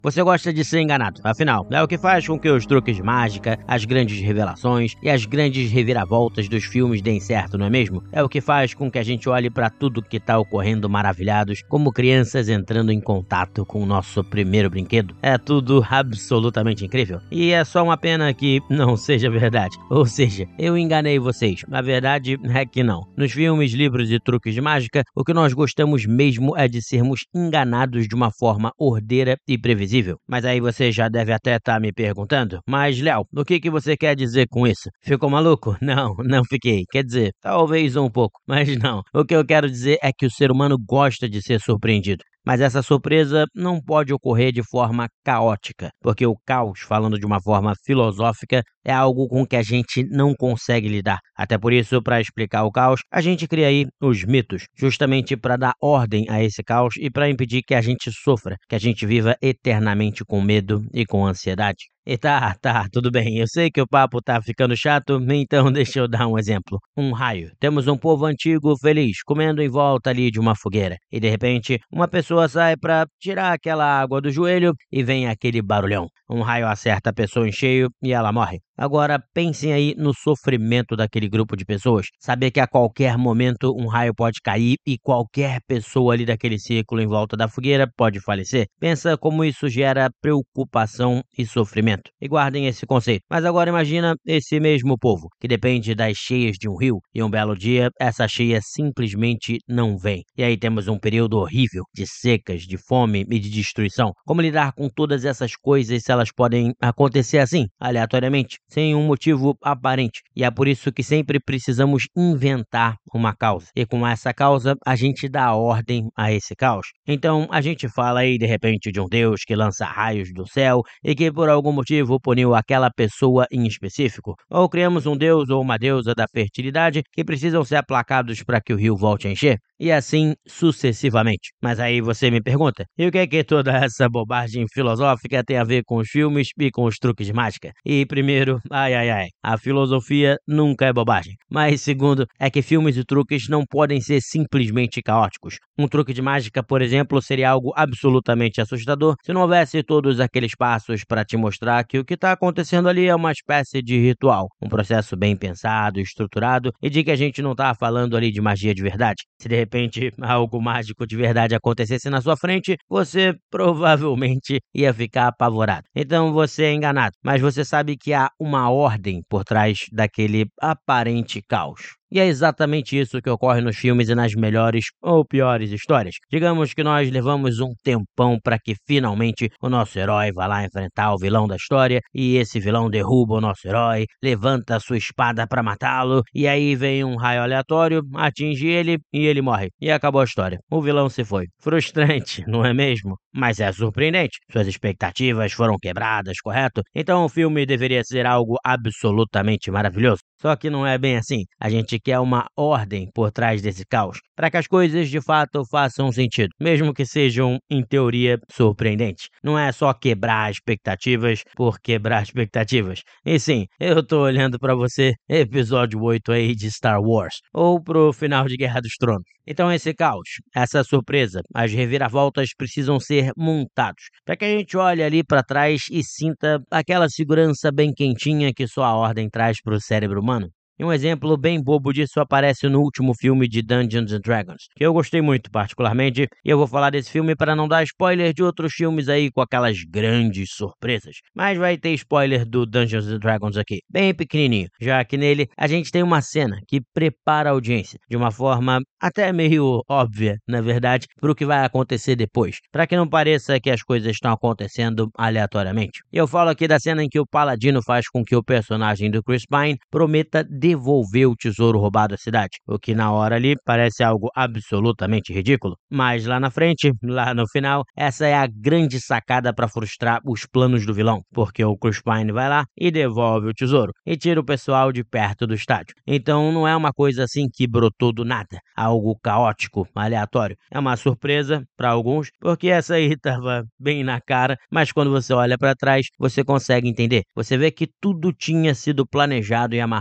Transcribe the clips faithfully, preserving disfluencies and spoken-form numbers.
Você gosta de ser enganado, afinal, é o que faz com que os truques de mágica, as grandes revelações e as grandes reviravoltas dos filmes deem certo, não é mesmo? É o que faz com que a gente olhe pra tudo que tá ocorrendo maravilhados, como crianças entrando em contato com o nosso primeiro brinquedo. É tudo absolutamente incrível. E é só uma pena que não seja verdade. Ou seja, eu enganei vocês. A verdade é que não. Nos filmes, livros e truques de mágica, o que nós gostamos mesmo é de sermos enganados de uma forma ordeira e previsível. Mas aí você já deve até estar me perguntando, mas Léo, o que que você quer dizer com isso? Ficou maluco? Não, não fiquei. Quer dizer, talvez um pouco, mas não. O que eu quero dizer é que o ser humano gosta de ser surpreendido. Mas essa surpresa não pode ocorrer de forma caótica, porque o caos, falando de uma forma filosófica, é algo com que a gente não consegue lidar. Até por isso, para explicar o caos, a gente cria aí os mitos, justamente para dar ordem a esse caos e para impedir que a gente sofra, que a gente viva eternamente com medo e com ansiedade. E tá, tá, tudo bem. Eu sei que o papo tá ficando chato, então deixa eu dar um exemplo. Um raio. Temos um povo antigo feliz, comendo em volta ali de uma fogueira. E de repente, uma pessoa sai pra tirar aquela água do joelho e vem aquele barulhão. Um raio acerta a pessoa em cheio e ela morre. Agora pensem aí no sofrimento daquele grupo de pessoas. Saber que a qualquer momento um raio pode cair e qualquer pessoa ali daquele círculo em volta da fogueira pode falecer. Pensa como isso gera preocupação e sofrimento. E guardem esse conceito. Mas agora imagina esse mesmo povo, que depende das cheias de um rio, e um belo dia essa cheia simplesmente não vem. E aí temos um período horrível de secas, de fome e de destruição. Como lidar com todas essas coisas se elas podem acontecer assim, aleatoriamente, sem um motivo aparente? E é por isso que sempre precisamos inventar uma causa. E com essa causa, a gente dá ordem a esse caos. Então, a gente fala aí de repente de um Deus que lança raios do céu e que por algum motivo puniu aquela pessoa em específico. Ou criamos um deus ou uma deusa da fertilidade que precisam ser aplacados para que o rio volte a encher. E assim sucessivamente. Mas aí você me pergunta, e o que é que toda essa bobagem filosófica tem a ver com os filmes e com os truques de mágica? E primeiro, ai ai ai, a filosofia nunca é bobagem. Mas segundo, é que filmes e truques não podem ser simplesmente caóticos. Um truque de mágica, por exemplo, seria algo absolutamente assustador se não houvesse todos aqueles passos para te mostrar que o que está acontecendo ali é uma espécie de ritual, um processo bem pensado, estruturado e de que a gente não está falando ali de magia de verdade. Se de repente algo mágico de verdade acontecesse na sua frente, você provavelmente ia ficar apavorado. Então você é enganado, mas você sabe que há uma ordem por trás daquele aparente caos. E é exatamente isso que ocorre nos filmes e nas melhores ou piores histórias. Digamos que nós levamos um tempão para que finalmente o nosso herói vá lá enfrentar o vilão da história e esse vilão derruba o nosso herói, levanta a sua espada para matá-lo e aí vem um raio aleatório, atinge ele e ele morre. E acabou a história. O vilão se foi. Frustrante, não é mesmo? Mas é surpreendente. Suas expectativas foram quebradas, correto? Então o filme deveria ser algo absolutamente maravilhoso. Só que não é bem assim. A gente quer uma ordem por trás desse caos, para que as coisas de fato façam sentido, mesmo que sejam, em teoria, surpreendentes. Não é só quebrar expectativas por quebrar expectativas. E sim, eu tô olhando para você, episódio oito aí de Star Wars, ou pro final de Guerra dos Tronos. Então esse caos, essa surpresa, as reviravoltas precisam ser montados, para que a gente olhe ali para trás e sinta aquela segurança bem quentinha que só a ordem traz para o cérebro humano. E um exemplo bem bobo disso aparece no último filme de Dungeons and Dragons, que eu gostei muito particularmente, e eu vou falar desse filme para não dar spoiler de outros filmes aí com aquelas grandes surpresas. Mas vai ter spoiler do Dungeons and Dragons aqui, bem pequenininho, já que nele a gente tem uma cena que prepara a audiência de uma forma até meio óbvia, na verdade, para o que vai acontecer depois, para que não pareça que as coisas estão acontecendo aleatoriamente. E eu falo aqui da cena em que o Paladino faz com que o personagem do Chris Pine prometa devolver o tesouro roubado à cidade, o que na hora ali parece algo absolutamente ridículo. Mas lá na frente, lá no final, essa é a grande sacada para frustrar os planos do vilão, porque o Chris Pine vai lá e devolve o tesouro e tira o pessoal de perto do estádio. Então não é uma coisa assim que brotou do nada, algo caótico, aleatório. É uma surpresa para alguns, porque essa aí estava bem na cara, mas quando você olha para trás, você consegue entender. Você vê que tudo tinha sido planejado e amarrado. Ou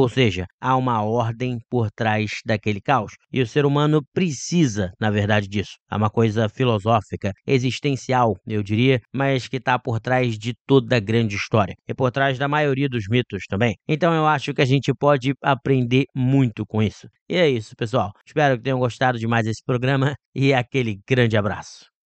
Ou seja, há uma ordem por trás daquele caos. E o ser humano precisa, na verdade, disso. É uma coisa filosófica, existencial, eu diria, mas que está por trás de toda a grande história. E por trás da maioria dos mitos também. Então eu acho que a gente pode aprender muito com isso. E é isso, pessoal. Espero que tenham gostado de mais esse programa e aquele grande abraço.